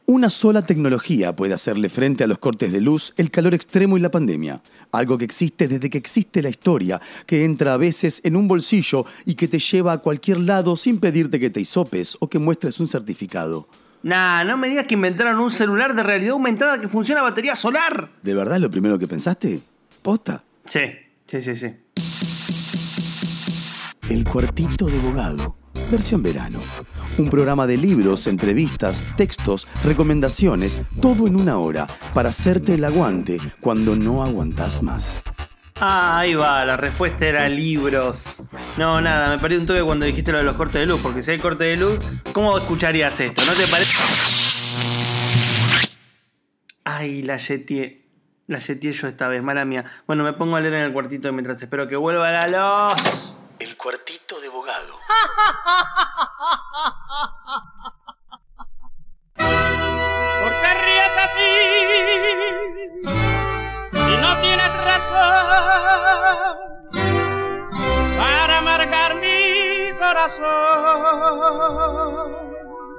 Una sola tecnología puede hacerle frente a los cortes de luz, el calor extremo y la pandemia. Algo que existe desde que existe la historia, que entra a veces en un bolsillo y que te lleva a cualquier lado sin pedirte que te hisopes o que muestres un certificado. Nah, no me digas que inventaron un celular de realidad aumentada que funciona a batería solar. ¿De verdad es lo primero que pensaste? ¿Posta? Sí. El Cuartito de Bogado, versión verano. Un programa de libros, entrevistas, textos, recomendaciones, todo en una hora, para hacerte el aguante cuando no aguantás más. Ah, ahí va, la respuesta era libros. No, nada, me perdí un toque cuando dijiste lo de los cortes de luz, porque si hay corte de luz, ¿cómo escucharías esto? ¿No te parece? Ay, la yeteé yo esta vez, mala mía. Bueno, me pongo a leer en el cuartito mientras espero que vuelva la luz. El Cuartito de Bogado. ¿Por qué ríes así? Si no tienes razón para amargar mi corazón.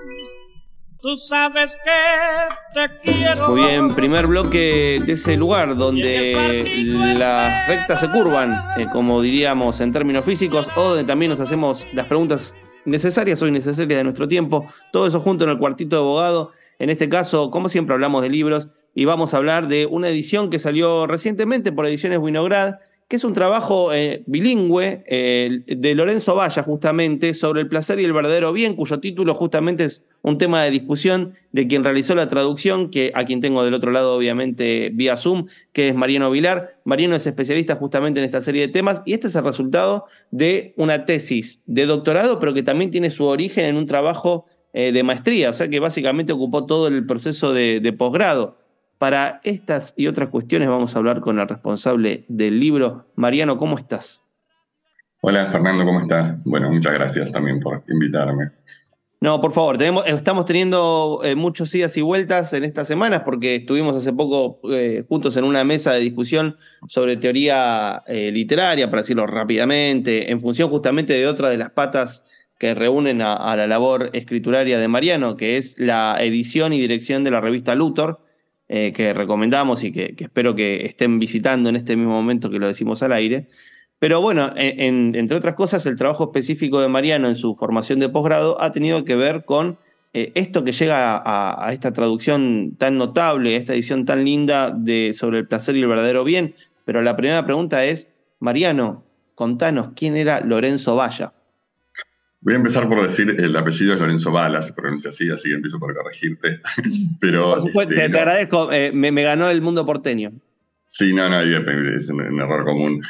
Tú sabes que te quiero. Muy bien, primer bloque de ese lugar donde las rectas se curvan, como diríamos en términos físicos, o donde también nos hacemos las preguntas necesarias o innecesarias de nuestro tiempo. Todo eso junto en el Cuartito de Bogado. En este caso, como siempre, hablamos de libros y vamos a hablar de una edición que salió recientemente por Ediciones Winograd, que es un trabajo bilingüe de Lorenzo Valla, justamente, sobre el placer y el verdadero bien, cuyo título justamente es un tema de discusión de quien realizó la traducción, a quien tengo del otro lado, obviamente, vía Zoom, que es Mariano Vilar. Mariano es especialista justamente en esta serie de temas, y este es el resultado de una tesis de doctorado, pero que también tiene su origen en un trabajo de maestría, o sea que básicamente ocupó todo el proceso de posgrado. Para estas y otras cuestiones vamos a hablar con el responsable del libro. Mariano, ¿cómo estás? Hola Fernando, ¿cómo estás? Bueno, muchas gracias también por invitarme. No, por favor, estamos teniendo muchos idas y vueltas en estas semanas porque estuvimos hace poco juntos en una mesa de discusión sobre teoría literaria, para decirlo rápidamente, en función justamente de otra de las patas que reúnen a la labor escrituraria de Mariano, que es la edición y dirección de la revista Luthor, que recomendamos y que espero que estén visitando en este mismo momento que lo decimos al aire. Pero bueno, entre otras cosas, el trabajo específico de Mariano en su formación de posgrado ha tenido que ver con esto que llega a esta traducción tan notable, esta edición tan linda sobre el placer y el verdadero bien. Pero la primera pregunta es, Mariano, contanos, ¿quién era Lorenzo Valla? Voy a empezar por decir, el apellido es Lorenzo Valla, se pronuncia así que empiezo por corregirte. Pero, por supuesto, te agradezco, me ganó el mundo porteño. Sí, no, es un error común.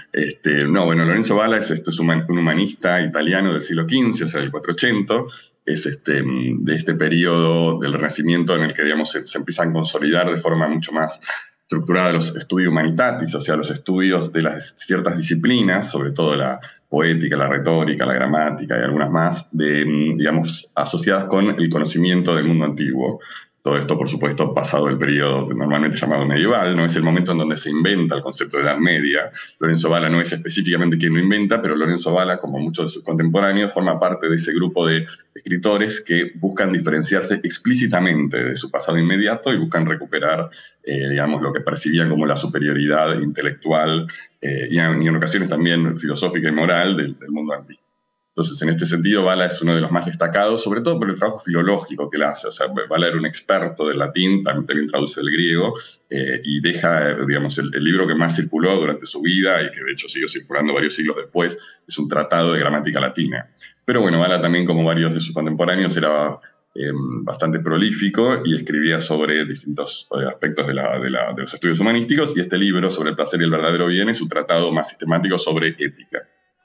Lorenzo Valla es un humanista italiano del siglo XV, o sea, del 480. Es de este periodo del Renacimiento en el que, digamos, se empiezan a consolidar de forma mucho más estructurada los estudios humanitatis, o sea, los estudios de las ciertas disciplinas, sobre todo la poética, la retórica, la gramática y algunas más, digamos, asociadas con el conocimiento del mundo antiguo. Todo esto, por supuesto, pasado el periodo normalmente llamado medieval, no es el momento en donde se inventa el concepto de Edad Media. Lorenzo Valla no es específicamente quien lo inventa, pero Lorenzo Valla, como muchos de sus contemporáneos, forma parte de ese grupo de escritores que buscan diferenciarse explícitamente de su pasado inmediato y buscan recuperar, digamos, lo que percibían como la superioridad intelectual y en ocasiones también filosófica y moral del mundo antiguo. Entonces, en este sentido, Valla es uno de los más destacados, sobre todo por el trabajo filológico que él hace. O sea, Valla era un experto del latín, también traduce del griego, y deja, digamos, el libro que más circuló durante su vida y que de hecho siguió circulando varios siglos después, es un tratado de gramática latina. Pero bueno, Valla también, como varios de sus contemporáneos, era bastante prolífico y escribía sobre distintos aspectos de los estudios humanísticos, y este libro, sobre el placer y el verdadero bien, es un tratado más sistemático sobre ética.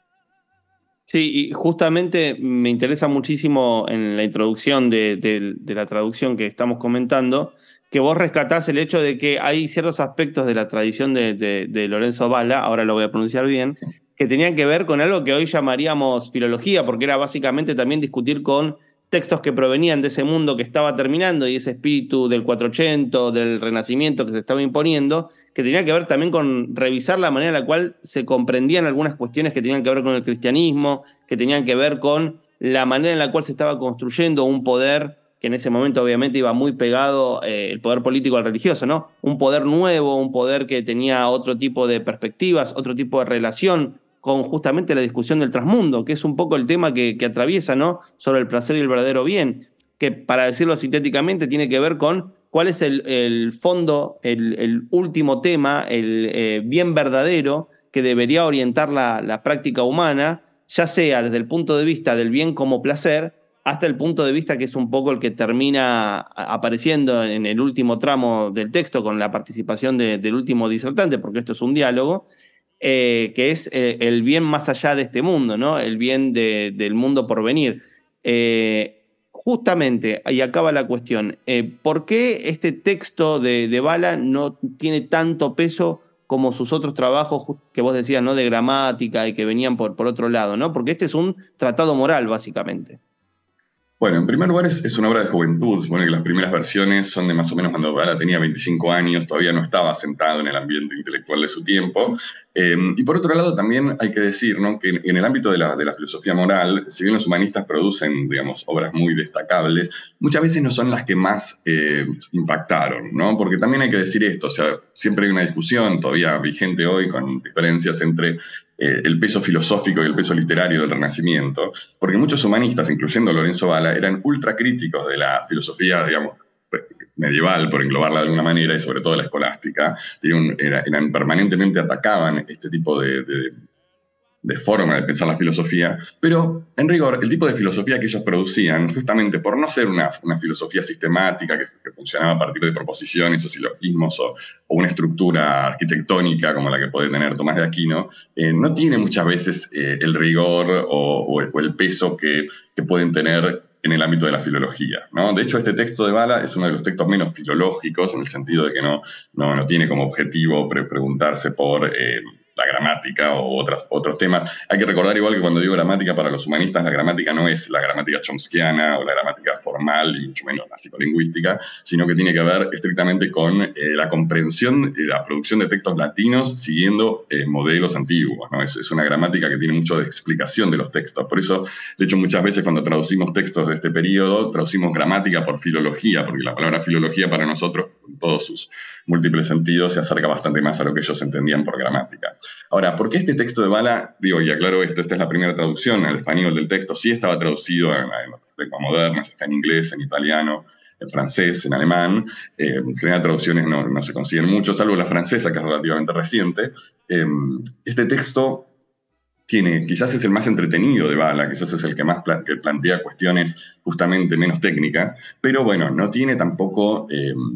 Sí, y justamente me interesa muchísimo en la introducción de la traducción que estamos comentando, que vos rescatás el hecho de que hay ciertos aspectos de la tradición de Lorenzo Valla, ahora lo voy a pronunciar bien, que tenían que ver con algo que hoy llamaríamos filología, porque era básicamente también discutir con textos que provenían de ese mundo que estaba terminando y ese espíritu del 480, del Renacimiento que se estaba imponiendo, que tenía que ver también con revisar la manera en la cual se comprendían algunas cuestiones que tenían que ver con el cristianismo, que tenían que ver con la manera en la cual se estaba construyendo un poder que en ese momento obviamente iba muy pegado el poder político al religioso, ¿no? Un poder nuevo, un poder que tenía otro tipo de perspectivas, otro tipo de relación con justamente la discusión del transmundo, que es un poco el tema que atraviesa, ¿no? Sobre el placer y el verdadero bien, que para decirlo sintéticamente tiene que ver con cuál es el fondo, el último tema, el bien verdadero que debería orientar la práctica humana, ya sea desde el punto de vista del bien como placer, hasta el punto de vista que es un poco el que termina apareciendo en el último tramo del texto con la participación del último disertante, porque esto es un diálogo, que es el bien más allá de este mundo, ¿no? El bien del mundo por venir. Justamente, ahí acaba la cuestión, ¿por qué este texto de Bala no tiene tanto peso como sus otros trabajos que vos decías, ¿no? De gramática y que venían por otro lado, ¿no? Porque este es un tratado moral, básicamente. Bueno, en primer lugar es una obra de juventud. Supone que las primeras versiones son de más o menos cuando Bala tenía 25 años, todavía no estaba sentado en el ambiente intelectual de su tiempo. Y por otro lado también hay que decir, ¿no?, que en el ámbito de la filosofía moral, si bien los humanistas producen, digamos, obras muy destacables, muchas veces no son las que más impactaron, ¿no? Porque también hay que decir esto, o sea, siempre hay una discusión todavía vigente hoy con diferencias entre el peso filosófico y el peso literario del Renacimiento, porque muchos humanistas, incluyendo Lorenzo Bala, eran ultra críticos de la filosofía, digamos, medieval, por englobarla de alguna manera, y sobre todo la escolástica. Permanentemente atacaban este tipo de forma de pensar la filosofía, pero en rigor el tipo de filosofía que ellos producían, justamente por no ser una filosofía sistemática que funcionaba a partir de proposiciones o silogismos o una estructura arquitectónica como la que puede tener Tomás de Aquino, no tiene muchas veces el rigor o el peso que pueden tener en el ámbito de la filología, ¿no? De hecho, este texto de Bala es uno de los textos menos filológicos, en el sentido de que no tiene como objetivo preguntarse por la gramática o otros temas. Hay que recordar igual que cuando digo gramática para los humanistas, la gramática no es la gramática chomskiana o la gramática formal, y mucho menos la psicolingüística, sino que tiene que ver estrictamente con la comprensión y la producción de textos latinos siguiendo modelos antiguos, ¿no? Es una gramática que tiene mucho de explicación de los textos. Por eso, de hecho, muchas veces cuando traducimos textos de este periodo, traducimos gramática por filología, porque la palabra filología para nosotros, en todos sus múltiples sentidos, se acerca bastante más a lo que ellos entendían por gramática. Ahora, ¿por qué este texto de Bala? Digo, y aclaro esto, esta es la primera traducción al español del texto, sí estaba traducido en otras lenguas modernas, está en inglés, en italiano, en francés, en alemán. En general traducciones no se consiguen mucho, salvo la francesa, que es relativamente reciente. Este texto quizás es el más entretenido de Bala, quizás es el que más que plantea cuestiones justamente menos técnicas, pero bueno, no tiene tampoco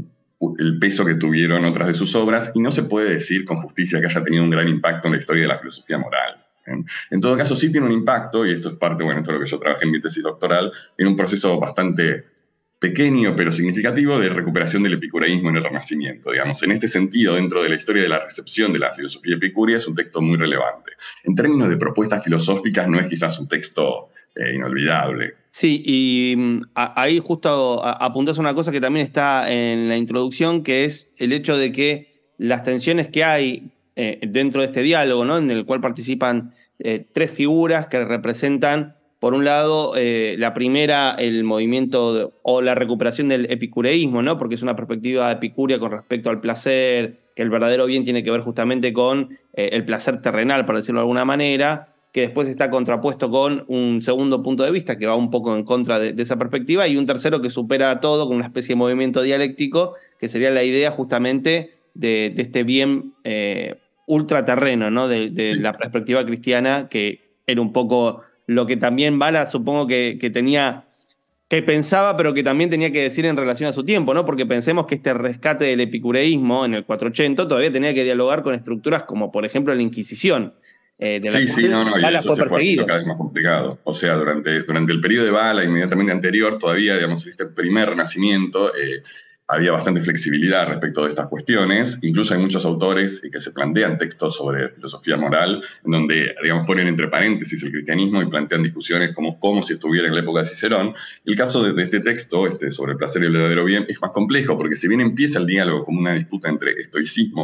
el peso que tuvieron otras de sus obras, y no se puede decir con justicia que haya tenido un gran impacto en la historia de la filosofía moral. En todo caso, sí tiene un impacto, y esto es parte, bueno, esto es lo que yo trabajé en mi tesis doctoral, en un proceso bastante pequeño pero significativo de recuperación del epicureísmo en el Renacimiento. Digamos, en este sentido, dentro de la historia de la recepción de la filosofía epicúrea, es un texto muy relevante. En términos de propuestas filosóficas, no es quizás un texto inolvidable. Sí, y ahí justo apuntás una cosa que también está en la introducción, que es el hecho de que las tensiones que hay dentro de este diálogo, ¿no?, en el cual participan tres figuras que representan, por un lado, la primera, el movimiento o la recuperación del epicureísmo, ¿no?, porque es una perspectiva epicúrea con respecto al placer, que el verdadero bien tiene que ver justamente con el placer terrenal, por decirlo de alguna manera, que después está contrapuesto con un segundo punto de vista que va un poco en contra de esa perspectiva, y un tercero que supera todo con una especie de movimiento dialéctico, que sería la idea justamente de este bien ultraterreno, ¿no?, de sí, la perspectiva cristiana, que era un poco lo que también Bala, supongo que tenía, que pensaba, pero que también tenía que decir en relación a su tiempo, ¿no? Porque pensemos que este rescate del epicureísmo en el 480 todavía tenía que dialogar con estructuras como, por ejemplo, la Inquisición. Y eso se fue haciendo cada vez más complicado. O sea, durante el periodo de Bala, inmediatamente anterior, todavía, digamos, este primer Renacimiento, había bastante flexibilidad respecto de estas cuestiones. Incluso hay muchos autores que se plantean textos sobre filosofía moral, en donde, digamos, ponen entre paréntesis el cristianismo y plantean discusiones como si estuviera en la época de Cicerón. El caso de este texto, sobre el placer y el verdadero bien, es más complejo, porque si bien empieza el diálogo como una disputa entre estoicismo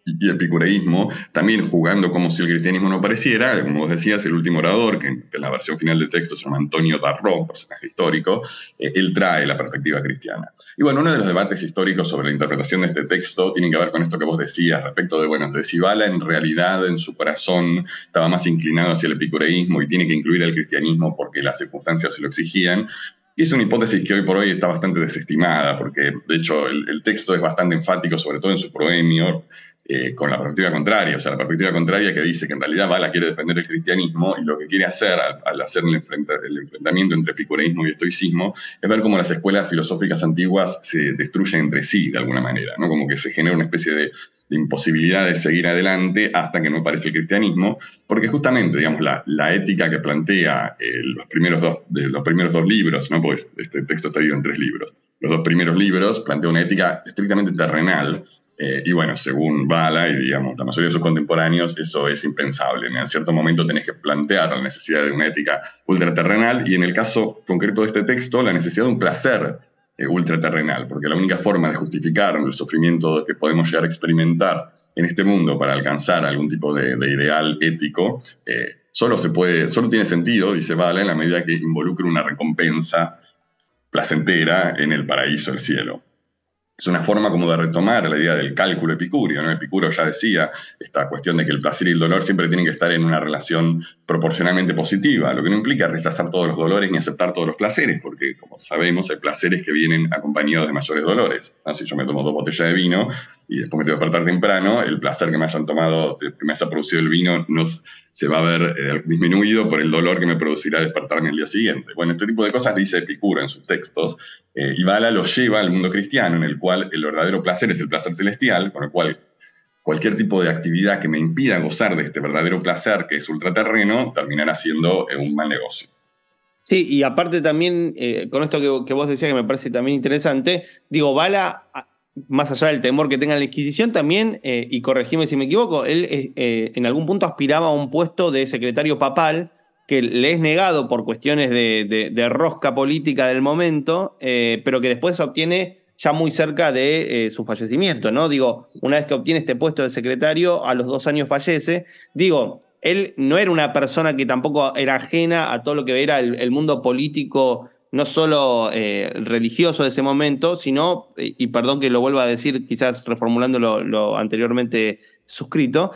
y epicureísmo, también jugando como si el cristianismo no apareciera. Como vos decías, el último orador, que en la versión final del texto se llama Antonio Darro, personaje histórico, él trae la perspectiva cristiana. Y bueno, uno de los debates históricos sobre la interpretación de este texto tiene que ver con esto que vos decías respecto de, bueno, de si Bala en realidad en su corazón estaba más inclinado hacia el epicureísmo y tiene que incluir el cristianismo porque las circunstancias se lo exigían. Y es una hipótesis que hoy por hoy está bastante desestimada, porque de hecho el texto es bastante enfático, sobre todo en su proemio, con la perspectiva contraria, o sea, la perspectiva contraria que dice que en realidad Bala quiere defender el cristianismo y lo que quiere hacer al hacer el enfrentamiento entre epicureísmo y estoicismo es ver cómo las escuelas filosóficas antiguas se destruyen entre sí de alguna manera, ¿no? Como que se genera una especie de imposibilidad de seguir adelante hasta que no aparece el cristianismo, porque justamente, digamos, la ética que plantea los primeros dos libros, ¿no? Pues este texto está dividido en 3 libros. Los 2 primeros libros plantea una ética estrictamente terrenal, y bueno, según Bala y digamos la mayoría de sus contemporáneos, eso es impensable. En cierto momento tenés que plantear la necesidad de una ética ultraterrenal y en el caso concreto de este texto, la necesidad de un placer ultraterrenal, porque la única forma de justificar el sufrimiento que podemos llegar a experimentar en este mundo para alcanzar algún tipo de ideal ético, solo tiene sentido, dice Bala, en la medida que involucre una recompensa placentera en el paraíso, el cielo. Es una forma como de retomar la idea del cálculo epicúreo, ¿no? Epicuro ya decía esta cuestión de que el placer y el dolor siempre tienen que estar en una relación proporcionalmente positiva, lo que no implica rechazar todos los dolores ni aceptar todos los placeres, porque como sabemos hay placeres que vienen acompañados de mayores dolores, ¿no? Si yo me tomo 2 botellas de vino y después me tengo que despertar temprano, el placer que me haya producido el vino no se va a ver disminuido por el dolor que me producirá despertarme el día siguiente. Bueno, este tipo de cosas dice Epicuro en sus textos, y Bala lo lleva al mundo cristiano, en el cual el verdadero placer es el placer celestial, con lo cual cualquier tipo de actividad que me impida gozar de este verdadero placer, que es ultraterreno, terminará siendo un mal negocio. Sí, y aparte también, con esto que vos decías que me parece también interesante, digo, Bala, más allá del temor que tenga la Inquisición, también, y corregime si me equivoco, él en algún punto aspiraba a un puesto de secretario papal que le es negado por cuestiones de rosca política del momento, pero que después obtiene ya muy cerca de su fallecimiento, ¿no? Digo, una vez que obtiene este puesto de secretario, a los 2 años fallece. Digo, él no era una persona que tampoco era ajena a todo lo que era el mundo político, no solo religioso de ese momento, sino, y perdón que lo vuelva a decir, quizás reformulando lo anteriormente suscrito,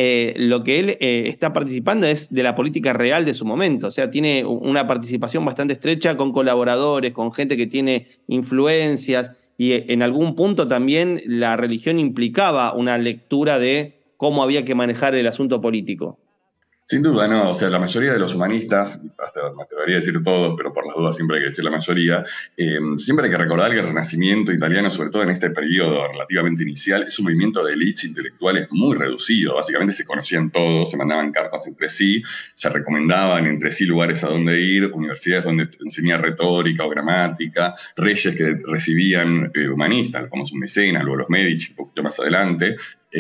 lo que él está participando es de la política real de su momento, o sea, tiene una participación bastante estrecha con colaboradores, con gente que tiene influencias, y en algún punto también la religión implicaba una lectura de cómo había que manejar el asunto político. Sin duda, no. O sea, la mayoría de los humanistas, hasta me atrevería a decir todos, pero por las dudas siempre hay que decir la mayoría, siempre hay que recordar que el Renacimiento italiano, sobre todo en este periodo relativamente inicial, es un movimiento de élites intelectuales muy reducido. Básicamente se conocían todos, se mandaban cartas entre sí, se recomendaban entre sí lugares a donde ir, universidades donde enseñar retórica o gramática, reyes que recibían humanistas, como son Mecenas, luego los Medici, un poquito más adelante.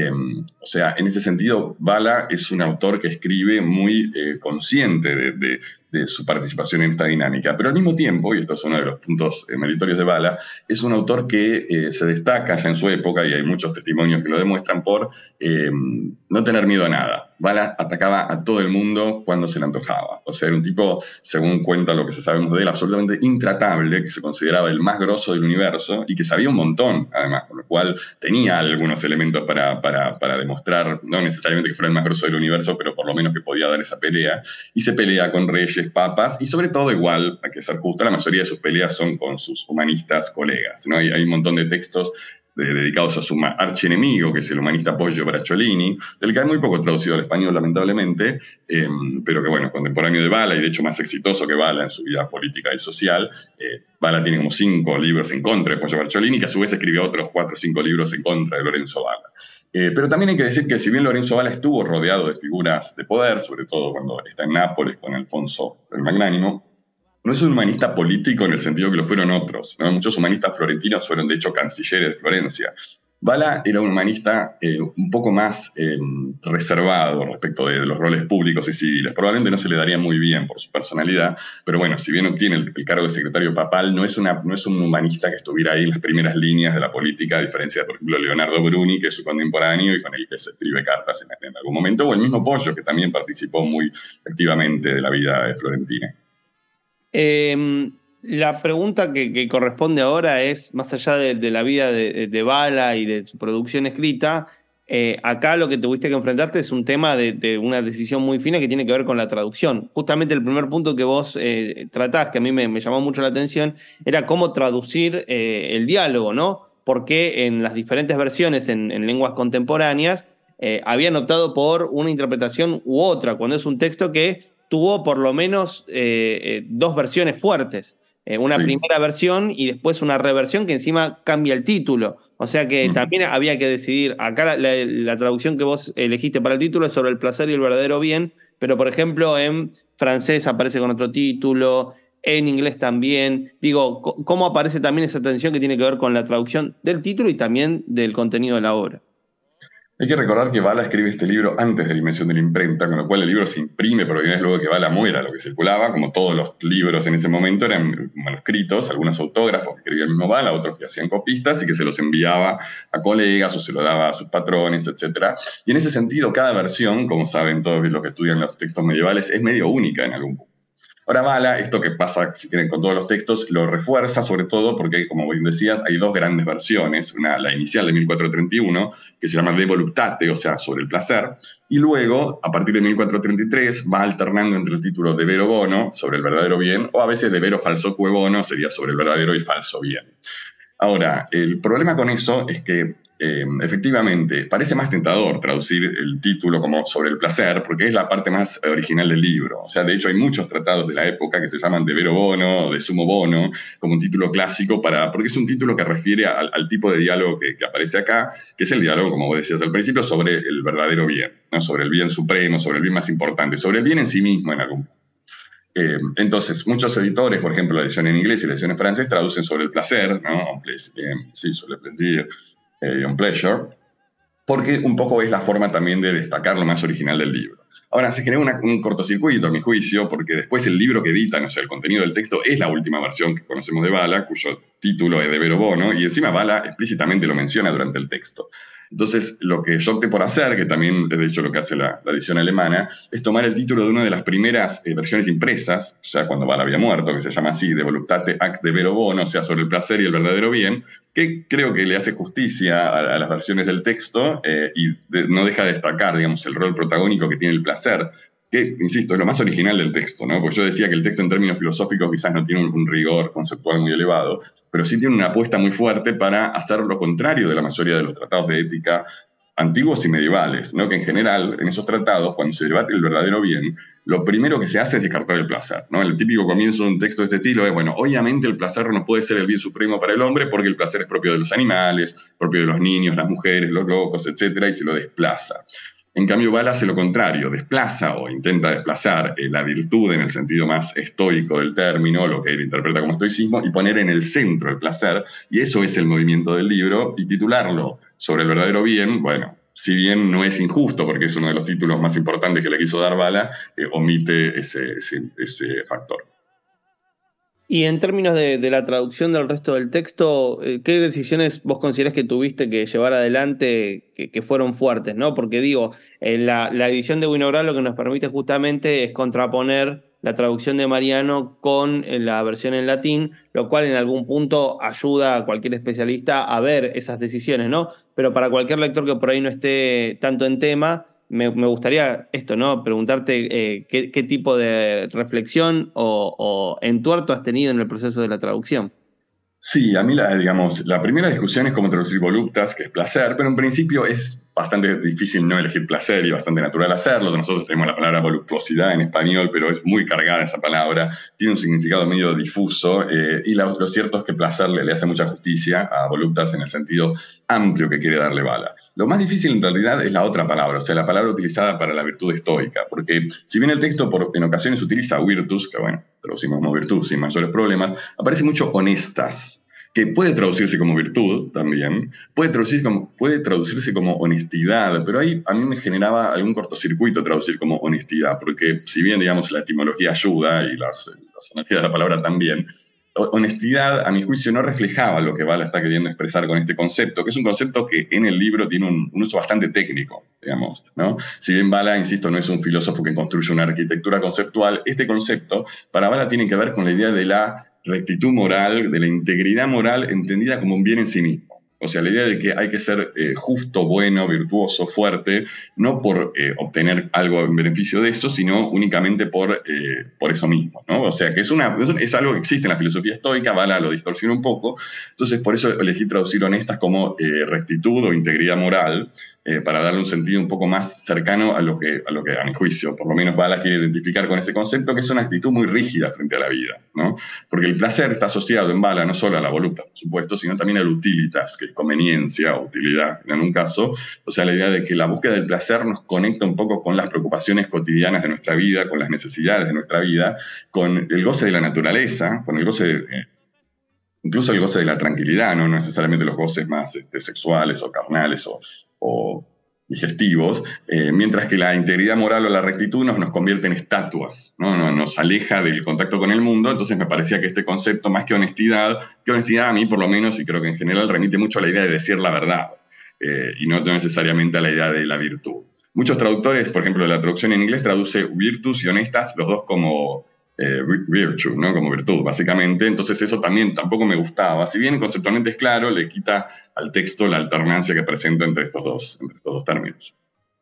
O sea, en ese sentido, Bala es un autor que escribe muy consciente de su participación en esta dinámica, pero al mismo tiempo, y esto es uno de los puntos meritorios de Bala, es un autor que se destaca ya en su época, y hay muchos testimonios que lo demuestran, por no tener miedo a nada. Bala atacaba a todo el mundo cuando se le antojaba. O sea, era un tipo, según cuenta lo que sabemos de él, absolutamente intratable, que se consideraba el más grosso del universo y que sabía un montón, además, con lo cual tenía algunos elementos para demostrar, no necesariamente que fuera el más grosso del universo, pero por lo menos que podía dar esa pelea. Y se pelea con reyes, papas, y sobre todo, igual, hay que ser justo, la mayoría de sus peleas son con sus humanistas colegas, ¿no? Hay un montón de textos dedicados a su archienemigo, que es el humanista Poggio Bracciolini, del que hay muy poco traducido al español, lamentablemente, pero que, bueno, es contemporáneo de Bala, y de hecho más exitoso que Bala en su vida política y social. Bala tiene como 5 libros en contra de Poggio Bracciolini, que a su vez escribió otros 4 o 5 libros en contra de Lorenzo Bala. Pero también hay que decir que si bien Lorenzo Bala estuvo rodeado de figuras de poder, sobre todo cuando está en Nápoles con Alfonso el Magnánimo, no es un humanista político en el sentido que lo fueron otros, ¿no? Muchos humanistas florentinos fueron, de hecho, cancilleres de Florencia. Bala era un humanista un poco más reservado respecto de los roles públicos y civiles. Probablemente no se le daría muy bien por su personalidad, pero bueno, si bien obtiene el cargo de secretario papal, no es un humanista que estuviera ahí en las primeras líneas de la política, a diferencia de, por ejemplo, Leonardo Bruni, que es su contemporáneo y con el que se escribe cartas en algún momento, o el mismo Pollo, que también participó muy activamente de la vida florentina. La pregunta que corresponde ahora es, más allá de la vida de Bala y de su producción escrita, acá lo que tuviste que enfrentarte es un tema de una decisión muy fina que tiene que ver con la traducción. Justamente el primer punto que vos tratás, que a mí me llamó mucho la atención, era cómo traducir el diálogo, ¿no? Porque en las diferentes versiones en lenguas contemporáneas habían optado por una interpretación u otra, cuando es un texto que tuvo por lo menos dos versiones fuertes. Una Sí. primera versión y después una reversión que encima cambia el título. O sea que también había que decidir. Acá la traducción que vos elegiste para el título es sobre el placer y el verdadero bien, pero por ejemplo en francés aparece con otro título, en inglés también. Digo, ¿cómo aparece también esa tensión que tiene que ver con la traducción del título y también del contenido de la obra? Hay que recordar que Bala escribe este libro antes de la invención de la imprenta, con lo cual el libro se imprime por primera vez luego de que Bala muera. Lo que circulaba, como todos los libros en ese momento, eran manuscritos, algunos autógrafos que escribía el mismo Bala, otros que hacían copistas y que se los enviaba a colegas o se lo daba a sus patrones, etc. Y en ese sentido, cada versión, como saben todos los que estudian los textos medievales, es medio única en algún punto. Ahora Bala, esto que pasa, si quieren, con todos los textos, lo refuerza sobre todo porque, como bien decías, hay dos grandes versiones. La inicial de 1431, que se llama De Voluptate, o sea, sobre el placer, y luego, a partir de 1433, va alternando entre el título De Vero Bono, sobre el verdadero bien, o a veces De Vero Falsoque Bono, sería sobre el verdadero y falso bien. Ahora, el problema con eso es que efectivamente parece más tentador traducir el título como sobre el placer, porque es la parte más original del libro. O sea, de hecho hay muchos tratados de la época que se llaman De Vero Bono o De Sumo Bono, como un título clásico, porque es un título que refiere al tipo de diálogo que aparece acá, que es el diálogo, como vos decías al principio, sobre el verdadero bien, ¿no? Sobre el bien supremo, sobre el bien más importante, sobre el bien en sí mismo en algún punto. Entonces, muchos editores, por ejemplo, la edición en inglés y la edición en francés, traducen sobre el placer, ¿no? Sí, sobre el plaisir y un pleasure, porque un poco es la forma también de destacar lo más original del libro. Ahora, se genera un cortocircuito, a mi juicio, porque después el libro que editan, o sea, el contenido del texto, es la última versión que conocemos de Bala, cuyo título es De Vero Bono, y encima Bala explícitamente lo menciona durante el texto. Entonces, lo que yo opté por hacer, que también es de hecho lo que hace la edición alemana, es tomar el título de una de las primeras versiones impresas, ya cuando Bala había muerto, que se llama así, De Voluptate ac De Vero Bono, o sea, sobre el placer y el verdadero bien, que creo que le hace justicia a las versiones del texto y no deja de destacar, digamos, el rol protagónico que tiene el placer, que, insisto, es lo más original del texto, ¿no? Porque yo decía que el texto en términos filosóficos quizás no tiene un rigor conceptual muy elevado, pero sí tiene una apuesta muy fuerte para hacer lo contrario de la mayoría de los tratados de ética antiguos y medievales, ¿no? Que en general, en esos tratados, cuando se debate el verdadero bien, lo primero que se hace es descartar el placer, ¿no? El típico comienzo de un texto de este estilo es, bueno, obviamente el placer no puede ser el bien supremo para el hombre porque el placer es propio de los animales, propio de los niños, las mujeres, los locos, etc., y se lo desplaza. En cambio, Bala hace lo contrario, desplaza o intenta desplazar la virtud en el sentido más estoico del término, lo que él interpreta como estoicismo, y poner en el centro el placer, y eso es el movimiento del libro, y titularlo sobre el verdadero bien, bueno, si bien no es injusto, porque es uno de los títulos más importantes que le quiso dar Bala, omite ese factor. Y en términos de la traducción del resto del texto, ¿qué decisiones vos considerás que tuviste que llevar adelante que fueron fuertes, ¿no? Porque digo, la edición de Winograd lo que nos permite justamente es contraponer la traducción de Mariano con la versión en latín, lo cual en algún punto ayuda a cualquier especialista a ver esas decisiones, ¿no? Pero para cualquier lector que por ahí no esté tanto en tema, me gustaría esto, ¿no? Preguntarte qué tipo de reflexión o entuerto has tenido en el proceso de la traducción. Sí, a mí la primera discusión es cómo traducir voluptas, que es placer, pero en principio es bastante difícil no elegir placer y bastante natural hacerlo. Nosotros tenemos la palabra voluptuosidad en español, pero es muy cargada esa palabra, tiene un significado medio difuso y lo cierto es que placer le hace mucha justicia a voluptas en el sentido amplio que quiere darle Bala. Lo más difícil en realidad es la otra palabra, o sea, la palabra utilizada para la virtud estoica, porque si bien el texto en ocasiones utiliza virtus, que bueno, traducimos como virtud sin mayores problemas, aparece mucho honestas. que puede traducirse como virtud también, puede traducirse como honestidad, pero ahí a mí me generaba algún cortocircuito traducir como honestidad, porque si bien, digamos, la etimología ayuda y la sonoridad de la palabra también, honestidad, a mi juicio, no reflejaba lo que Bala está queriendo expresar con este concepto, que es un concepto que en el libro tiene un uso bastante técnico, digamos, ¿no? Si bien Bala, insisto, no es un filósofo que construye una arquitectura conceptual, este concepto para Bala tiene que ver con la idea de la rectitud moral, de la integridad moral entendida como un bien en sí mismo. O sea, la idea de que hay que ser justo, bueno, virtuoso, fuerte, no por obtener algo en beneficio de eso, sino únicamente por eso mismo, ¿no? O sea, que es algo que existe en la filosofía estoica, Bala lo distorsiona un poco, entonces por eso elegí traducir honestas como rectitud o integridad moral, para darle un sentido un poco más cercano a lo que a mi juicio, por lo menos Bala quiere identificar con ese concepto, que es una actitud muy rígida frente a la vida, ¿no? Porque el placer está asociado en Bala no solo a la voluptas, por supuesto, sino también al utilitas, que es conveniencia o utilidad en un caso. O sea, la idea de que la búsqueda del placer nos conecta un poco con las preocupaciones cotidianas de nuestra vida, con las necesidades de nuestra vida, con el goce de la naturaleza, con el goce incluso el goce de la tranquilidad, no necesariamente los goces más sexuales o carnales o digestivos, mientras que la integridad moral o la rectitud nos convierte en estatuas, ¿no? Nos aleja del contacto con el mundo. Entonces me parecía que este concepto, más que honestidad a mí por lo menos, y creo que en general remite mucho a la idea de decir la verdad, y no necesariamente a la idea de la virtud. Muchos traductores, por ejemplo, la traducción en inglés traduce virtus y honestas, los dos como virtue, ¿no? Como virtud, básicamente. Entonces eso también tampoco me gustaba. Si bien conceptualmente es claro, le quita al texto la alternancia que presenta entre estos dos términos.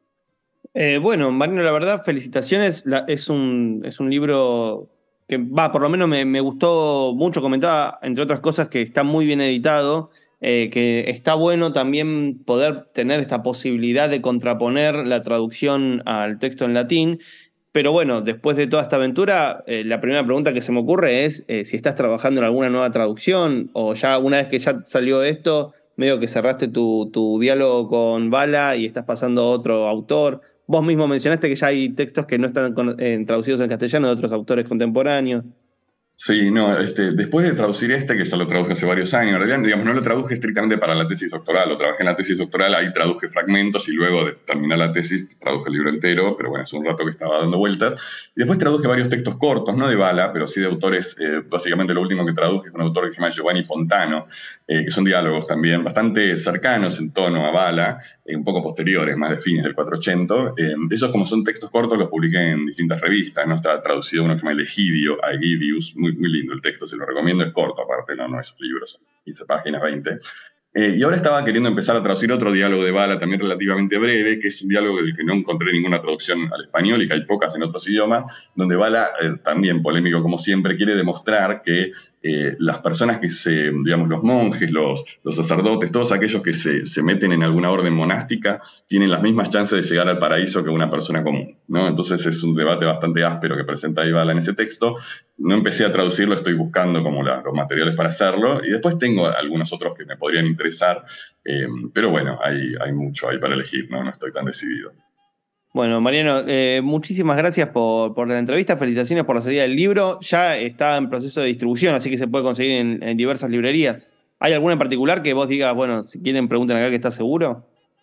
Bueno, Mariano, la verdad, felicitaciones. Es un libro que, por lo menos me gustó mucho. Comentaba, entre otras cosas, que está muy bien editado, que está bueno también poder tener esta posibilidad de contraponer la traducción al texto en latín. Pero bueno, después de toda esta aventura, la primera pregunta que se me ocurre es si estás trabajando en alguna nueva traducción, o ya una vez que ya salió esto, medio que cerraste tu diálogo con Bala y estás pasando a otro autor. Vos mismo mencionaste que ya hay textos que no están traducidos en castellano de otros autores contemporáneos. Sí, no, después de traducir que ya lo traduje hace varios años, en realidad, digamos, no lo traduje estrictamente para la tesis doctoral, lo trabajé en la tesis doctoral, ahí traduje fragmentos y luego de terminar la tesis traduje el libro entero, pero bueno, hace un rato que estaba dando vueltas. Y después traduje varios textos cortos, no de Bala, pero sí de autores, básicamente lo último que traduje es un autor que se llama Giovanni Fontano, que son diálogos también bastante cercanos en tono a Bala, un poco posteriores, más de fines del 480. Esos, como son textos cortos, los publiqué en distintas revistas, ¿no? Está traducido uno que se llama Aegidius, muy lindo el texto, se lo recomiendo, es corto aparte, no es un libro, son 15 páginas, 20. Y ahora estaba queriendo empezar a traducir otro diálogo de Bala, también relativamente breve, que es un diálogo del que no encontré ninguna traducción al español y que hay pocas en otros idiomas, donde Bala, también polémico como siempre, quiere demostrar que las personas que digamos, los monjes, los sacerdotes, todos aquellos que se meten en alguna orden monástica, tienen las mismas chances de llegar al paraíso que una persona común, ¿no? Entonces es un debate bastante áspero que presenta ahí Bala en ese texto. No empecé a traducirlo, estoy buscando como los materiales para hacerlo, y después tengo algunos otros que me podrían interesar, pero bueno, hay mucho ahí para elegir, ¿no? No estoy tan decidido. Bueno, Mariano, muchísimas gracias por la entrevista, felicitaciones por la salida del libro. Ya está en proceso de distribución, así que se puede conseguir en diversas librerías. ¿Hay alguna en particular que vos digas, bueno, si quieren pregunten acá que está seguro?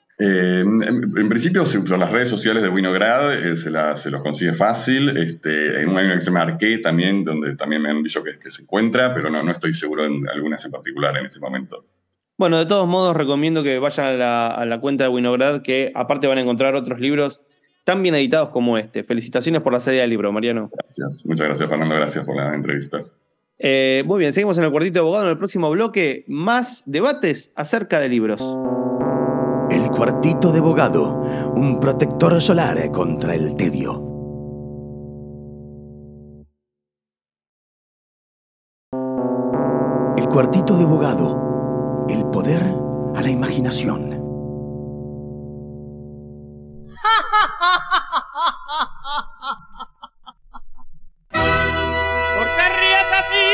En principio se usan las redes sociales de Winograd, se los consigue fácil. En una que se llama Arqué también, donde también me han dicho que se encuentra, pero no estoy seguro en algunas en particular en este momento. Bueno, de todos modos recomiendo que vayan a la cuenta de Winograd, que aparte van a encontrar otros libros tan bien editados como este. Felicitaciones por la salida del libro, Mariano. Gracias, muchas gracias, Fernando, gracias por la entrevista. Muy bien, seguimos en el Cuartito de Abogado. En el próximo bloque, más debates acerca de libros. El Cuartito de Abogado, un protector solar contra el tedio. El Cuartito de Abogado, el poder a la imaginación. ¿Por qué ríes así?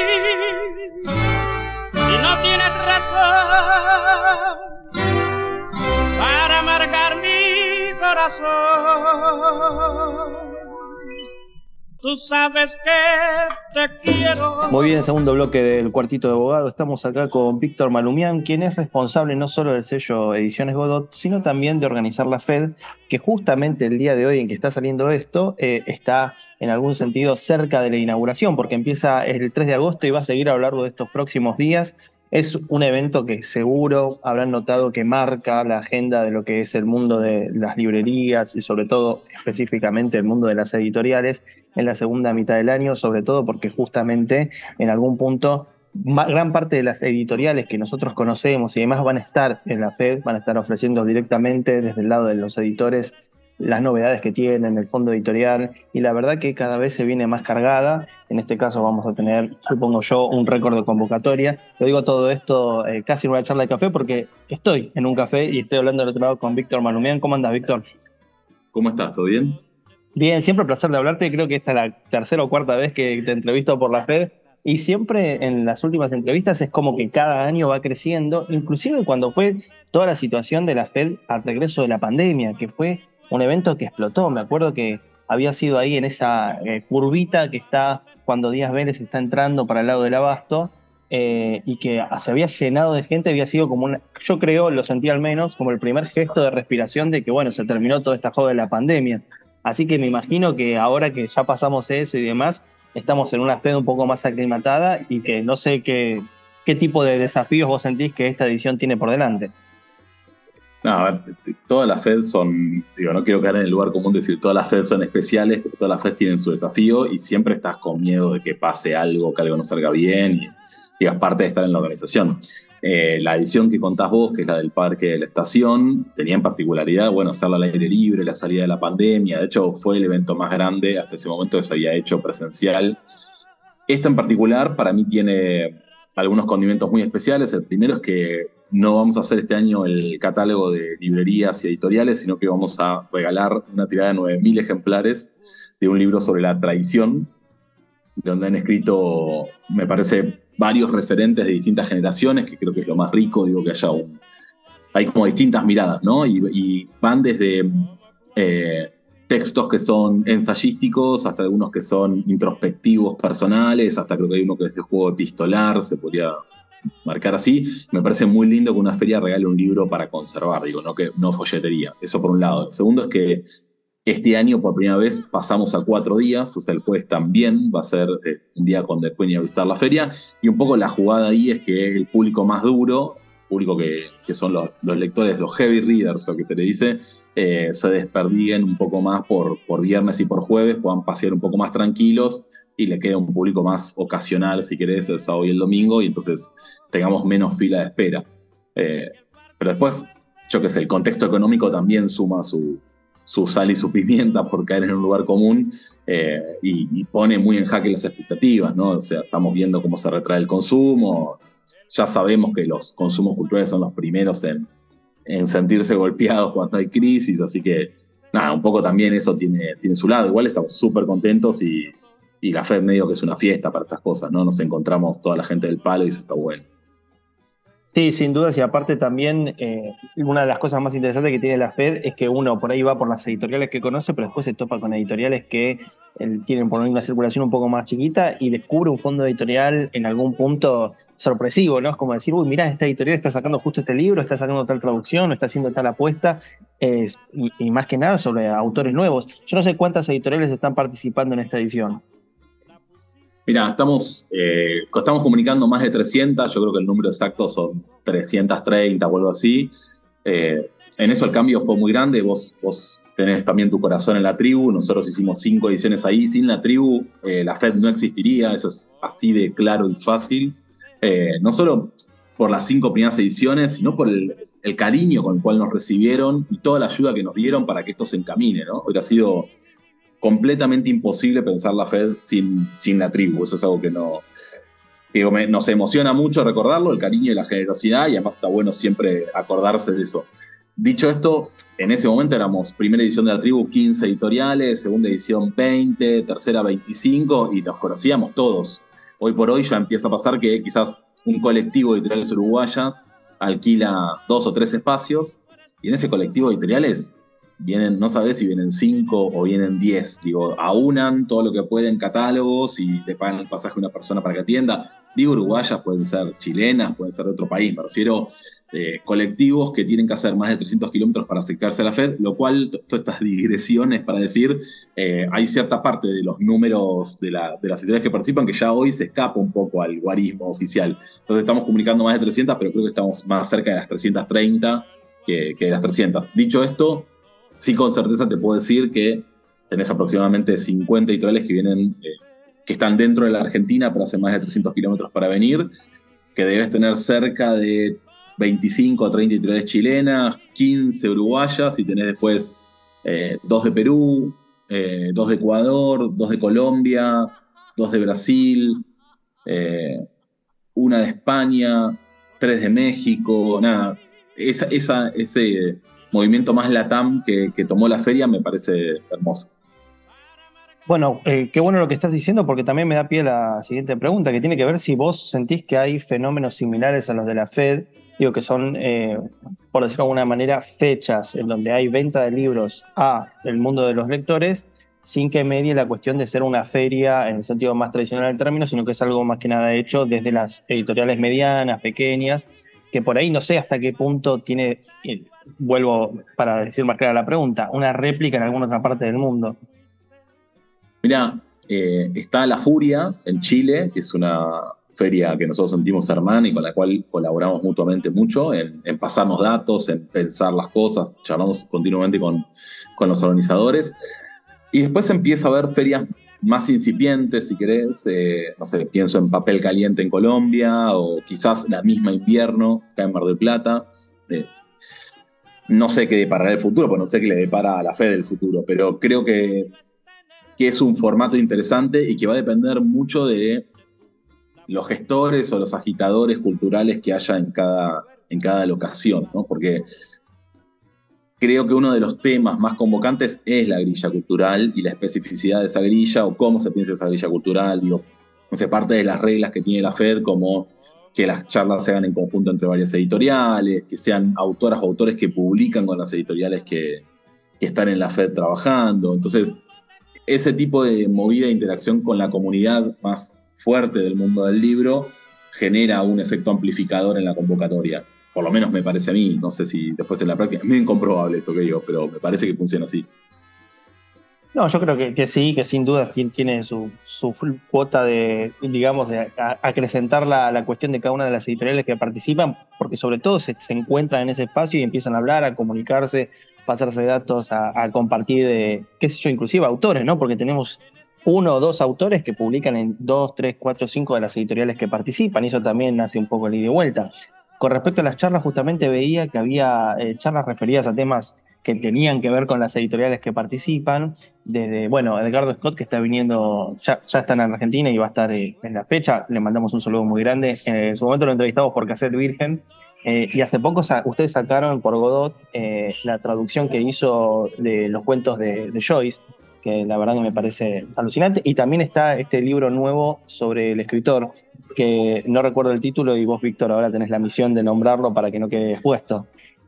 Si no tienes razón para amargar mi corazón. Tú sabes que te quiero. Muy bien, segundo bloque del Cuartito de Abogado. Estamos acá con Víctor Malumian, quien es responsable no solo del sello Ediciones Godot, sino también de organizar la FED, que justamente el día de hoy en que está saliendo esto, está en algún sentido cerca de la inauguración, porque empieza el 3 de agosto y va a seguir a lo largo de estos próximos días. Es un evento que seguro habrán notado que marca la agenda de lo que es el mundo de las librerías y sobre todo específicamente el mundo de las editoriales en la segunda mitad del año, sobre todo porque justamente en algún punto gran parte de las editoriales que nosotros conocemos y demás van a estar en la FED, van a estar ofreciendo directamente desde el lado de los editores las novedades que tienen, el fondo editorial, y la verdad que cada vez se viene más cargada. En este caso vamos a tener, supongo yo, un récord de convocatoria. Lo digo todo esto casi en una charla de café porque estoy en un café y estoy hablando del otro lado con Víctor Malumian. ¿Cómo andas, Víctor? ¿Cómo estás? ¿Todo bien? Bien, siempre un placer de hablarte. Creo que esta es la tercera o cuarta vez que te entrevisto por la FED y siempre en las últimas entrevistas es como que cada año va creciendo, inclusive cuando fue toda la situación de la FED al regreso de la pandemia, que fue un evento que explotó. Me acuerdo que había sido ahí en esa curvita que está cuando Díaz Vélez está entrando para el lado del Abasto y que se había llenado de gente, había sido como yo creo, lo sentí al menos, como el primer gesto de respiración de que bueno, se terminó toda esta joda de la pandemia. Así que me imagino que ahora que ya pasamos eso y demás, estamos en una FED un poco más aclimatada y que no sé qué tipo de desafíos vos sentís que esta edición tiene por delante. No, a ver, todas las FED son, no quiero caer en el lugar común de decir todas las FED son especiales, pero todas las FED tienen su desafío y siempre estás con miedo de que pase algo, que algo no salga bien y aparte de estar en la organización. La edición que contás vos, que es la del Parque de la Estación, tenía en particularidad, bueno, hacerla al aire libre, la salida de la pandemia. De hecho, fue el evento más grande hasta ese momento que se había hecho presencial. Esta en particular, para mí, tiene algunos condimentos muy especiales. El primero es que no vamos a hacer este año el catálogo de librerías y editoriales, sino que vamos a regalar una tirada de 9.000 ejemplares de un libro sobre la tradición, donde han escrito, me parece, varios referentes de distintas generaciones, que creo que es lo más rico, que hay como distintas miradas, ¿no? Y van desde textos que son ensayísticos, hasta algunos que son introspectivos personales, hasta creo que hay uno que es de juego epistolar, se podría marcar así. Me parece muy lindo que una feria regale un libro para conservar, no folletería. Eso por un lado. El segundo es que este año, por primera vez, pasamos a 4 días, o sea, el jueves también va a ser un día cuando después ir a visitar la feria, y un poco la jugada ahí es que el público más duro, público que son los lectores, los heavy readers, lo que se le dice, se desperdiguen un poco más por viernes y por jueves, puedan pasear un poco más tranquilos, y le queda un público más ocasional, si querés, el sábado y el domingo, y entonces tengamos menos fila de espera. Pero después, yo qué sé, el contexto económico también suma su sal y su pimienta por caer en un lugar común y pone muy en jaque las expectativas, ¿no? O sea, estamos viendo cómo se retrae el consumo, ya sabemos que los consumos culturales son los primeros en sentirse golpeados cuando hay crisis, así que nada, un poco también eso tiene su lado. Igual estamos súper contentos y la FED medio que es una fiesta para estas cosas, ¿no? Nos encontramos toda la gente del palo y eso está bueno. Sí, sin dudas, y aparte también una de las cosas más interesantes que tiene la FED es que uno por ahí va por las editoriales que conoce, pero después se topa con editoriales que tienen por ahí una circulación un poco más chiquita y descubre un fondo editorial en algún punto sorpresivo, ¿no? Es como decir, uy, mirá, esta editorial está sacando justo este libro, está sacando tal traducción, está haciendo tal apuesta, y más que nada sobre autores nuevos. Yo no sé cuántas editoriales están participando en esta edición. Mira, estamos comunicando más de 300, yo creo que el número exacto son 330 o algo así. En eso el cambio fue muy grande, vos tenés también tu corazón en la tribu, nosotros hicimos 5 ediciones ahí, sin la tribu la FED no existiría, eso es así de claro y fácil, no solo por las 5 primeras ediciones, sino por el cariño con el cual nos recibieron y toda la ayuda que nos dieron para que esto se encamine, ¿no? Hubiera sido completamente imposible pensar la FED sin la tribu. Eso es algo que nos emociona mucho recordarlo, el cariño y la generosidad, y además está bueno siempre acordarse de eso. Dicho esto, en ese momento éramos primera edición de la tribu 15 editoriales, segunda edición 20, tercera 25, y nos conocíamos todos. Hoy por hoy ya empieza a pasar que quizás un colectivo de editoriales uruguayas alquila 2 o 3 espacios, y en ese colectivo de editoriales no sabés si vienen 5 o vienen 10. Digo, aunan todo lo que pueden catálogos y le pagan el pasaje a una persona para que atienda. Digo, uruguayas, pueden ser chilenas, pueden ser de otro país. Me refiero colectivos que tienen que hacer más de 300 kilómetros para acercarse a la FED, lo cual, todas estas digresiones para decir, hay cierta parte de los números de las editoriales que participan que ya hoy se escapa un poco al guarismo oficial. Entonces estamos comunicando más de 300, pero creo que estamos más cerca de las 330 que de las 300. Dicho esto, sí, con certeza te puedo decir que tenés aproximadamente 50 editoriales que vienen, que están dentro de la Argentina, pero hacen más de 300 kilómetros para venir, que debes tener cerca de 25 o 30 editoriales chilenas, 15 uruguayas, y tenés después 2 de Perú, 2 de Ecuador, 2 de Colombia, 2 de Brasil, 1 de España, 3 de México, nada. Ese movimiento más LATAM que tomó la feria me parece hermoso. Bueno, qué bueno lo que estás diciendo, porque también me da pie a la siguiente pregunta, que tiene que ver si vos sentís que hay fenómenos similares a los de la FED, digo que son, por decirlo de alguna manera, fechas en donde hay venta de libros a el mundo de los lectores, sin que medie la cuestión de ser una feria en el sentido más tradicional del término, sino que es algo más que nada hecho desde las editoriales medianas, pequeñas, que por ahí no sé hasta qué punto tiene, vuelvo para decir más clara la pregunta, una réplica en alguna otra parte del mundo. Mirá, está La Furia en Chile, que es una feria que nosotros sentimos hermana y con la cual colaboramos mutuamente mucho en pasarnos datos, en pensar las cosas, charlamos continuamente con los organizadores. Y después empieza a haber ferias más incipientes, si querés, no sé, pienso en Papel Caliente en Colombia, o quizás la misma Invierno acá en Mar del Plata. No sé qué deparará el futuro, porque no sé qué le depara a la FED del futuro, pero creo que es un formato interesante y que va a depender mucho de los gestores o los agitadores culturales que haya en cada locación, ¿no? Porque creo que uno de los temas más convocantes es la grilla cultural y la especificidad de esa grilla o cómo se piensa esa grilla cultural. Digo, no sé, parte de las reglas que tiene la FED, como que las charlas se hagan en conjunto entre varias editoriales, que sean autoras o autores que publican con las editoriales que están en la FED trabajando. Entonces, ese tipo de movida de interacción con la comunidad más fuerte del mundo del libro genera un efecto amplificador en la convocatoria. Por lo menos me parece a mí, no sé si después en la práctica, es muy incomprobable esto que digo, pero me parece que funciona así. No, yo creo que sí, que sin duda tiene su cuota de, digamos, de acrecentar la cuestión de cada una de las editoriales que participan, porque sobre todo se encuentran en ese espacio y empiezan a hablar, a comunicarse, pasarse datos, a compartir, qué sé yo, inclusive autores, ¿no? Porque tenemos 1 o 2 autores que publican en 2, 3, 4, 5 de las editoriales que participan, y eso también hace un poco el ida y vuelta. Con respecto a las charlas, justamente veía que había charlas referidas a temas que tenían que ver con las editoriales que participan, desde, bueno, Edgardo Scott, que está viniendo, ya está en Argentina y va a estar en la fecha, le mandamos un saludo muy grande. En su momento lo entrevistamos por Cassette Virgen, y hace poco ustedes sacaron por Godot la traducción que hizo de los cuentos de Joyce, que la verdad que me parece alucinante, y también está este libro nuevo sobre el escritor, que no recuerdo el título, y vos, Víctor, ahora tenés la misión de nombrarlo para que no quede expuesto.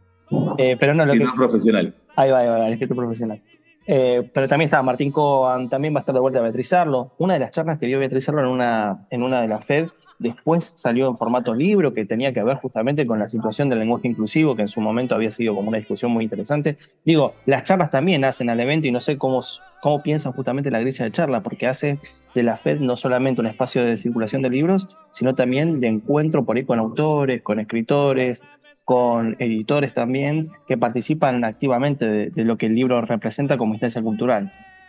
Pero no, escritor profesional. Ahí va, el escritor profesional. Pero también está Martín Coan, también va a estar de vuelta Beatriz Arlo. Una de las charlas que dio Beatriz Arlo en una de las FED, después salió en formato libro, que tenía que ver justamente con la situación del lenguaje inclusivo, que en su momento había sido como una discusión muy interesante. Digo, las charlas también hacen al evento, y no sé cómo piensan justamente la grilla de charla, porque hace de la FED no solamente un espacio de circulación de libros, sino también de encuentro por ahí con autores, con escritores, con editores también, que participan activamente de lo que el libro representa como instancia cultural.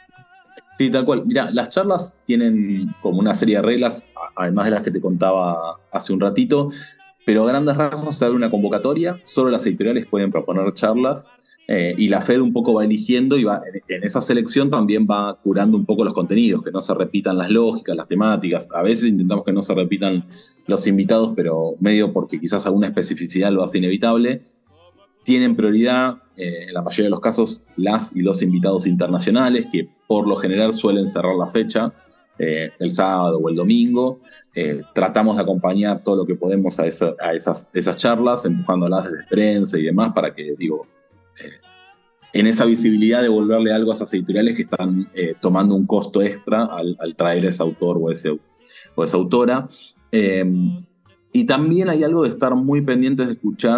Sí, tal cual. Mirá, las charlas tienen como una serie de reglas, además de las que te contaba hace un ratito, pero a grandes rasgos se abre una convocatoria, solo las editoriales pueden proponer charlas, y la FED un poco va eligiendo y en esa selección también va curando un poco los contenidos, que no se repitan las lógicas, las temáticas. A veces intentamos que no se repitan los invitados, pero medio porque quizás alguna especificidad lo hace inevitable. Tienen prioridad, en la mayoría de los casos, las y los invitados internacionales, que por lo general suelen cerrar la fecha, el sábado o el domingo. Tratamos de acompañar todo lo que podemos a esas charlas, empujándolas desde prensa y demás, para que, en esa visibilidad de devolverle algo a esas editoriales que están tomando un costo extra al traer a ese autor o esa autora. Y también hay algo de estar muy pendientes de escuchar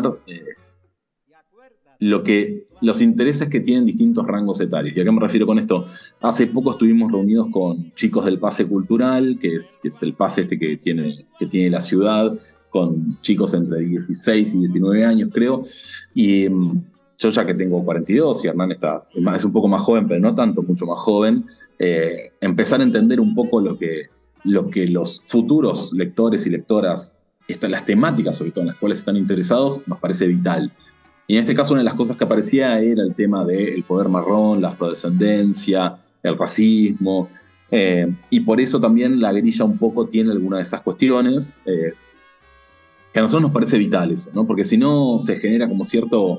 los intereses que tienen distintos rangos etarios. ¿Y a qué me refiero con esto? Hace poco estuvimos reunidos con chicos del Pase Cultural, que es el pase que tiene la ciudad, con chicos entre 16 y 19 años, creo. Y yo, ya que tengo 42 y Hernán es un poco más joven, pero no tanto, mucho más joven, empezar a entender un poco lo que los futuros lectores y lectoras, las temáticas sobre todo en las cuales están interesados, nos parece vital. Y en este caso una de las cosas que aparecía era el tema del poder marrón, la afrodescendencia, el racismo, y por eso también la grilla un poco tiene alguna de esas cuestiones, que a nosotros nos parece vital eso, ¿no? Porque si no se genera como cierto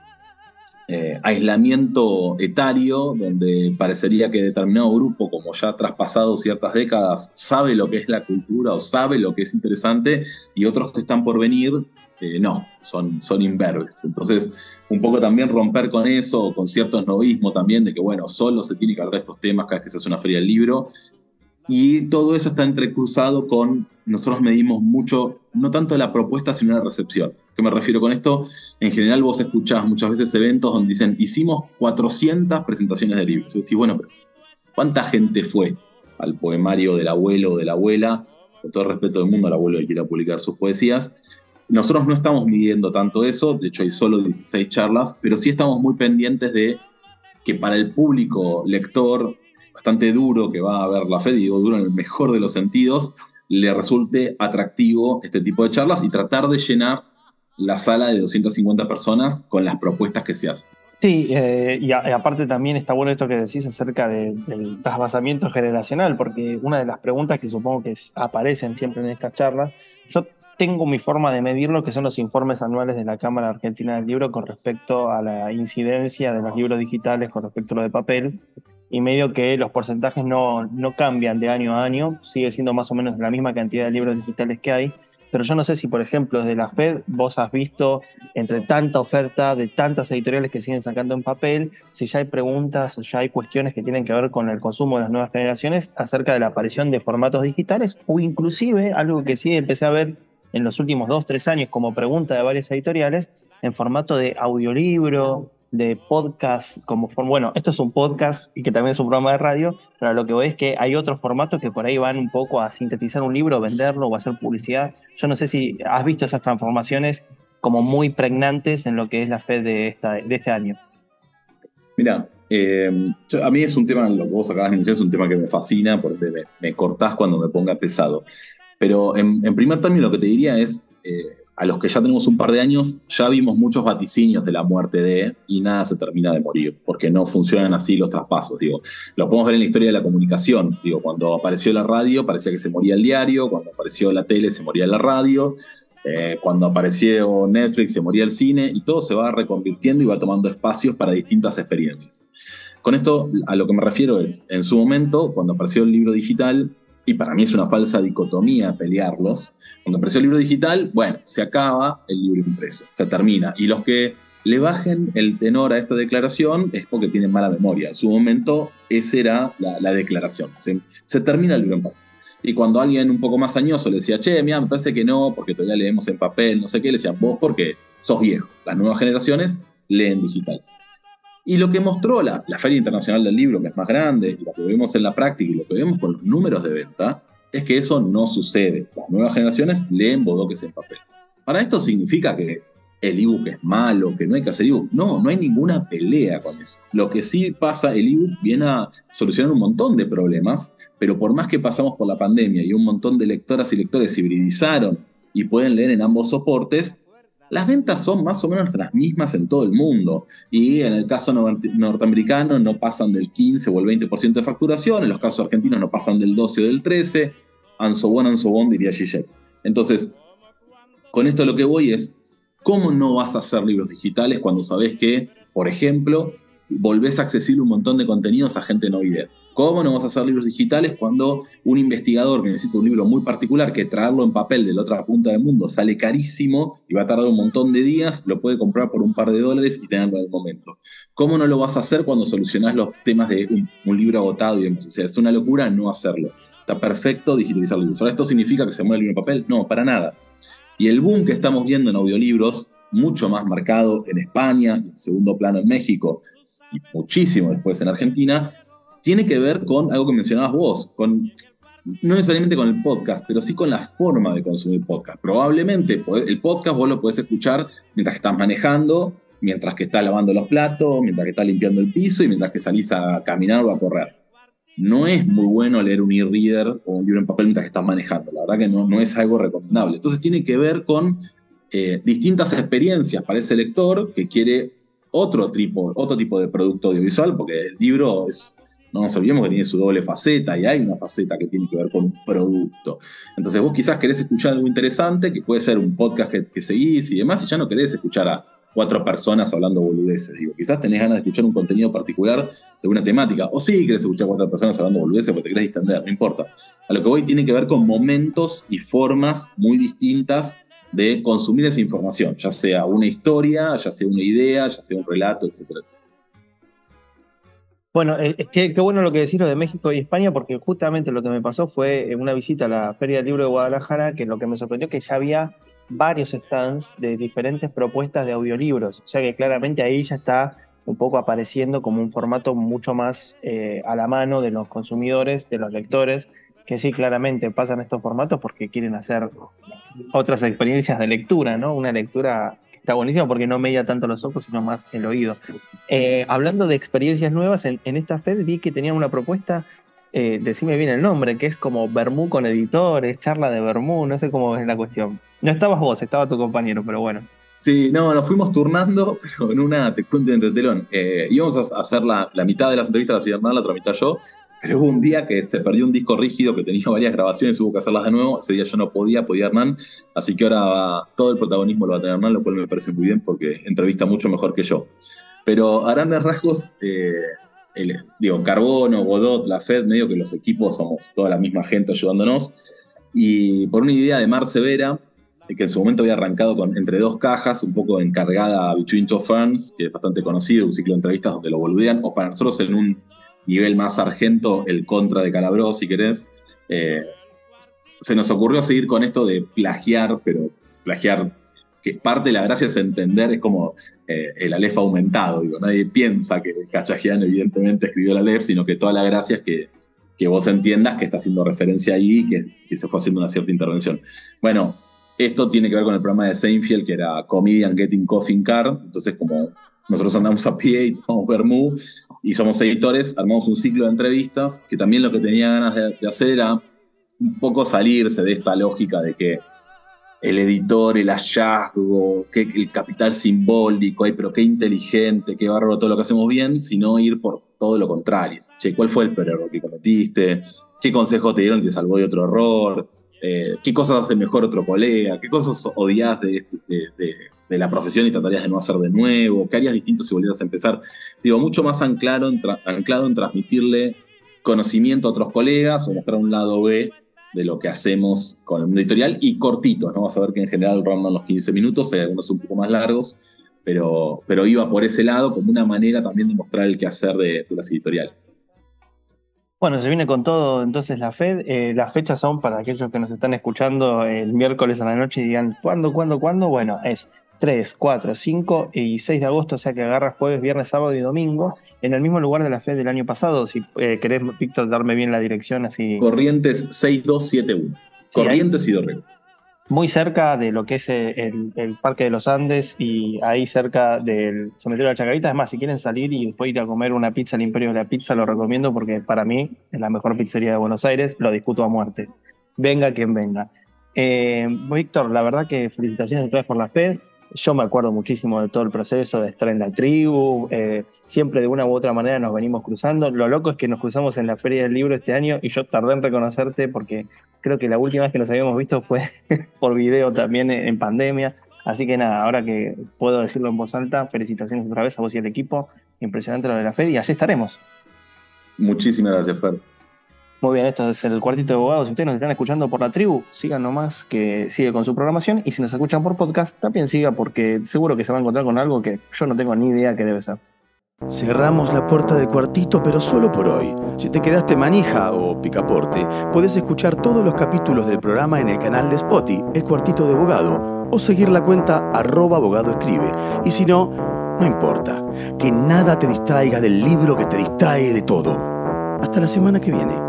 aislamiento etario, donde parecería que determinado grupo, como ya ha traspasado ciertas décadas, sabe lo que es la cultura o sabe lo que es interesante, y otros que están por venir, no, son imberbes. Entonces, un poco también romper con eso, con cierto esnovismo también, de que bueno, solo se tiene que hablar de estos temas cada vez que se hace una feria del libro, y todo eso está entrecruzado con, nosotros medimos mucho, no tanto la propuesta, sino la recepción. ¿A qué me refiero con esto? En general vos escuchás muchas veces eventos donde dicen, hicimos 400 presentaciones de libros. Y decís, bueno, pero ¿cuánta gente fue al poemario del abuelo o de la abuela? Con todo el respeto del mundo al abuelo que quiera publicar sus poesías. Nosotros no estamos midiendo tanto eso, de hecho hay solo 16 charlas, pero sí estamos muy pendientes de que para el público lector bastante duro que va a ver la FED, digo duro en el mejor de los sentidos, le resulte atractivo este tipo de charlas y tratar de llenar la sala de 250 personas con las propuestas que se hacen. Sí, y aparte también está bueno esto que decís acerca del trasvasamiento generacional, porque una de las preguntas que supongo que aparecen siempre en estas charlas, yo tengo mi forma de medirlo, que son los informes anuales de la Cámara Argentina del Libro con respecto a la incidencia de los libros digitales con respecto a lo de papel, y medio que los porcentajes no cambian de año a año, sigue siendo más o menos la misma cantidad de libros digitales que hay, pero yo no sé si, por ejemplo, desde la FED vos has visto, entre tanta oferta de tantas editoriales que siguen sacando en papel, si ya hay preguntas o ya hay cuestiones que tienen que ver con el consumo de las nuevas generaciones acerca de la aparición de formatos digitales, o inclusive, algo que sí empecé a ver en los últimos 2-3 años como pregunta de varias editoriales, en formato de audiolibro, de podcast, bueno, esto es un podcast y que también es un programa de radio, pero lo que voy es que hay otros formatos que por ahí van un poco a sintetizar un libro, venderlo o hacer publicidad. Yo no sé si has visto esas transformaciones como muy pregnantes en lo que es la FED de este año. Mira, a mí es un tema, lo que vos acabas de mencionar es un tema que me fascina, porque me cortás cuando me ponga pesado. Pero en primer término lo que te diría es, a los que ya tenemos un par de años, ya vimos muchos vaticinios de la muerte y nada se termina de morir, porque no funcionan así los traspasos. Digo, lo podemos ver en la historia de la comunicación. Digo, cuando apareció la radio, parecía que se moría el diario, cuando apareció la tele, se moría la radio, cuando apareció Netflix, se moría el cine, y todo se va reconvirtiendo y va tomando espacios para distintas experiencias. Con esto, a lo que me refiero es, en su momento, cuando apareció el libro digital, y para mí es una falsa dicotomía pelearlos, cuando apareció el libro digital, bueno, se acaba el libro impreso, se termina. Y los que le bajen el tenor a esta declaración es porque tienen mala memoria. En su momento, esa era la declaración. Se termina el libro en papel. Y cuando alguien un poco más añoso le decía, che, mira, me parece que no, porque todavía leemos en papel, no sé qué, le decían, vos porque sos viejo. Las nuevas generaciones leen digital. Y lo que mostró la Feria Internacional del Libro, que es más grande, y lo que vemos en la práctica y lo que vemos con los números de venta, es que eso no sucede. Las nuevas generaciones leen bodoques en papel. ¿Para esto significa que el ebook es malo, que no hay que hacer ebook? No hay ninguna pelea con eso. Lo que sí pasa, el ebook viene a solucionar un montón de problemas, pero por más que pasamos por la pandemia y un montón de lectoras y lectores se hibridizaron y pueden leer en ambos soportes, las ventas son más o menos las mismas en todo el mundo. Y en el caso norteamericano no pasan del 15 o el 20% de facturación, en los casos argentinos no pasan del 12 o del 13, and so on, diría Zizek. Entonces, con esto lo que voy es, ¿cómo no vas a hacer libros digitales cuando sabés que, por ejemplo, volvés accesible un montón de contenidos a gente no vidente? ¿Cómo no vas a hacer libros digitales cuando un investigador que necesita un libro muy particular, que traerlo en papel de la otra punta del mundo sale carísimo y va a tardar un montón de días, lo puede comprar por un par de dólares y tenerlo en el momento? ¿Cómo no lo vas a hacer cuando solucionás los temas de un libro agotado y demás? O sea, es una locura no hacerlo. Está perfecto digitalizar libros. ¿Ahora esto significa que se muere el libro en papel? No, para nada. Y el boom que estamos viendo en audiolibros, mucho más marcado en España y en segundo plano en México y muchísimo después en Argentina, tiene que ver con algo que mencionabas vos, no necesariamente con el podcast, pero sí con la forma de consumir podcast. Probablemente el podcast vos lo podés escuchar mientras que estás manejando, mientras que estás lavando los platos, mientras que estás limpiando el piso y mientras que salís a caminar o a correr. No es muy bueno leer un e-reader o un libro en papel mientras que estás manejando. La verdad que no es algo recomendable. Entonces tiene que ver con distintas experiencias para ese lector que quiere otro tipo de producto audiovisual, porque el libro no nos olvidemos que tiene su doble faceta y hay una faceta que tiene que ver con un producto. Entonces vos quizás querés escuchar algo interesante, que puede ser un podcast que seguís y demás, y ya no querés escuchar a 4 personas hablando boludeces. Digo, quizás tenés ganas de escuchar un contenido particular de una temática, o sí querés escuchar a 4 personas hablando boludeces porque te querés distender, no importa. A lo que voy tiene que ver con momentos y formas muy distintas de consumir esa información, ya sea una historia, ya sea una idea, ya sea un relato, etcétera, etcétera. Bueno, qué bueno lo que decís lo de México y España, porque justamente lo que me pasó fue una visita a la Feria del Libro de Guadalajara, que lo que me sorprendió es que ya había varios stands de diferentes propuestas de audiolibros. O sea que claramente ahí ya está un poco apareciendo como un formato mucho más a la mano de los consumidores, de los lectores, que sí, claramente pasan estos formatos porque quieren hacer otras experiencias de lectura, ¿no? Una lectura que está buenísima porque no media tanto los ojos, sino más el oído. Hablando de experiencias nuevas, en esta FED vi que tenían una propuesta, decime bien el nombre, que es como Vermú con editores, charla de Vermú, no sé cómo es la cuestión. No estabas vos, estaba tu compañero, pero bueno. Sí, no, nos fuimos turnando, pero en una te cuento entre telón. Íbamos a hacer la mitad de las entrevistas la hacía Hernán, la otra mitad yo, pero hubo un día que se perdió un disco rígido que tenía varias grabaciones y hubo que hacerlas de nuevo. Ese día yo no podía Hernán, así que ahora todo el protagonismo lo va a tener Hernán, lo cual me parece muy bien porque entrevista mucho mejor que yo. Pero a grandes rasgos, Carbono, Godot, la FED, medio que los equipos somos toda la misma gente ayudándonos. Y por una idea de Marce Vera, que en su momento había arrancado con Entre dos cajas, un poco encargada a Between Two Ferns, que es bastante conocido, un ciclo de entrevistas donde lo boludean, o para nosotros en un nivel más sargento, el contra de Calabró, si querés. Se nos ocurrió seguir con esto de plagiar, pero plagiar, que parte de la gracia es entender, es como el Aleph aumentado, digo, nadie piensa que Cachajian evidentemente escribió el Aleph, sino que toda la gracia es que vos entiendas que está haciendo referencia ahí, que se fue haciendo una cierta intervención. Bueno, esto tiene que ver con el programa de Seinfeld, que era Comedian Getting Coffin Card. Entonces, como nosotros andamos a pie y tomamos vermú y somos editores, armamos un ciclo de entrevistas que también lo que tenía ganas de hacer era un poco salirse de esta lógica de que el editor, el hallazgo, que el capital simbólico, pero qué inteligente, qué bárbaro todo lo que hacemos bien, sino ir por todo lo contrario. Che, ¿cuál fue el peor error que cometiste? ¿Qué consejo te dieron y te salvó de otro error? ¿Qué cosas hace mejor otro colega? ¿Qué cosas odias de la profesión y tratarías de no hacer de nuevo? ¿Qué harías distinto si volvieras a empezar? Digo, mucho más anclado en transmitirle conocimiento a otros colegas o mostrar un lado B de lo que hacemos con el mundo editorial, y cortitos, ¿no? Vas a ver que en general rondan los 15 minutos, hay algunos un poco más largos, pero iba por ese lado como una manera también de mostrar el quehacer de las editoriales. Bueno, se viene con todo entonces la FED. Las fechas son, para aquellos que nos están escuchando el miércoles a la noche y digan, ¿cuándo? Bueno, es 3, 4, 5 y 6 de agosto, o sea que agarras jueves, viernes, sábado y domingo, en el mismo lugar de la FED del año pasado. Si querés, Víctor, darme bien la dirección así. Corrientes 6271. Sí, Corrientes y Dorrego. Muy cerca de lo que es el Parque de los Andes y ahí cerca del Cementerio de la Chacarita. Es más, si quieren salir y después ir a comer una pizza al Imperio de la Pizza, lo recomiendo porque para mí es la mejor pizzería de Buenos Aires, lo discuto a muerte. Venga quien venga. Víctor, la verdad que felicitaciones otra vez por la FED. Yo me acuerdo muchísimo de todo el proceso de estar en la tribu, siempre de una u otra manera nos venimos cruzando. Lo loco es que nos cruzamos en la Feria del Libro este año y yo tardé en reconocerte porque creo que la última vez que nos habíamos visto fue por video también en pandemia. Así que nada, ahora que puedo decirlo en voz alta, felicitaciones otra vez a vos y al equipo. Impresionante lo de la FED y allí estaremos. Muchísimas gracias, Fer. Muy bien, esto es el Cuartito de Abogados. Si ustedes nos están escuchando por la tribu, sigan nomás, que sigue con su programación. Y si nos escuchan por podcast, también siga, porque seguro que se va a encontrar con algo que yo no tengo ni idea qué debe ser. Cerramos la puerta del cuartito, pero solo por hoy. Si te quedaste manija o picaporte, podés escuchar todos los capítulos del programa en el canal de Spotify, El Cuartito de Abogado, o seguir la cuenta @abogadoescribe. Y si no, no importa. Que nada te distraiga del libro que te distrae de todo. Hasta la semana que viene.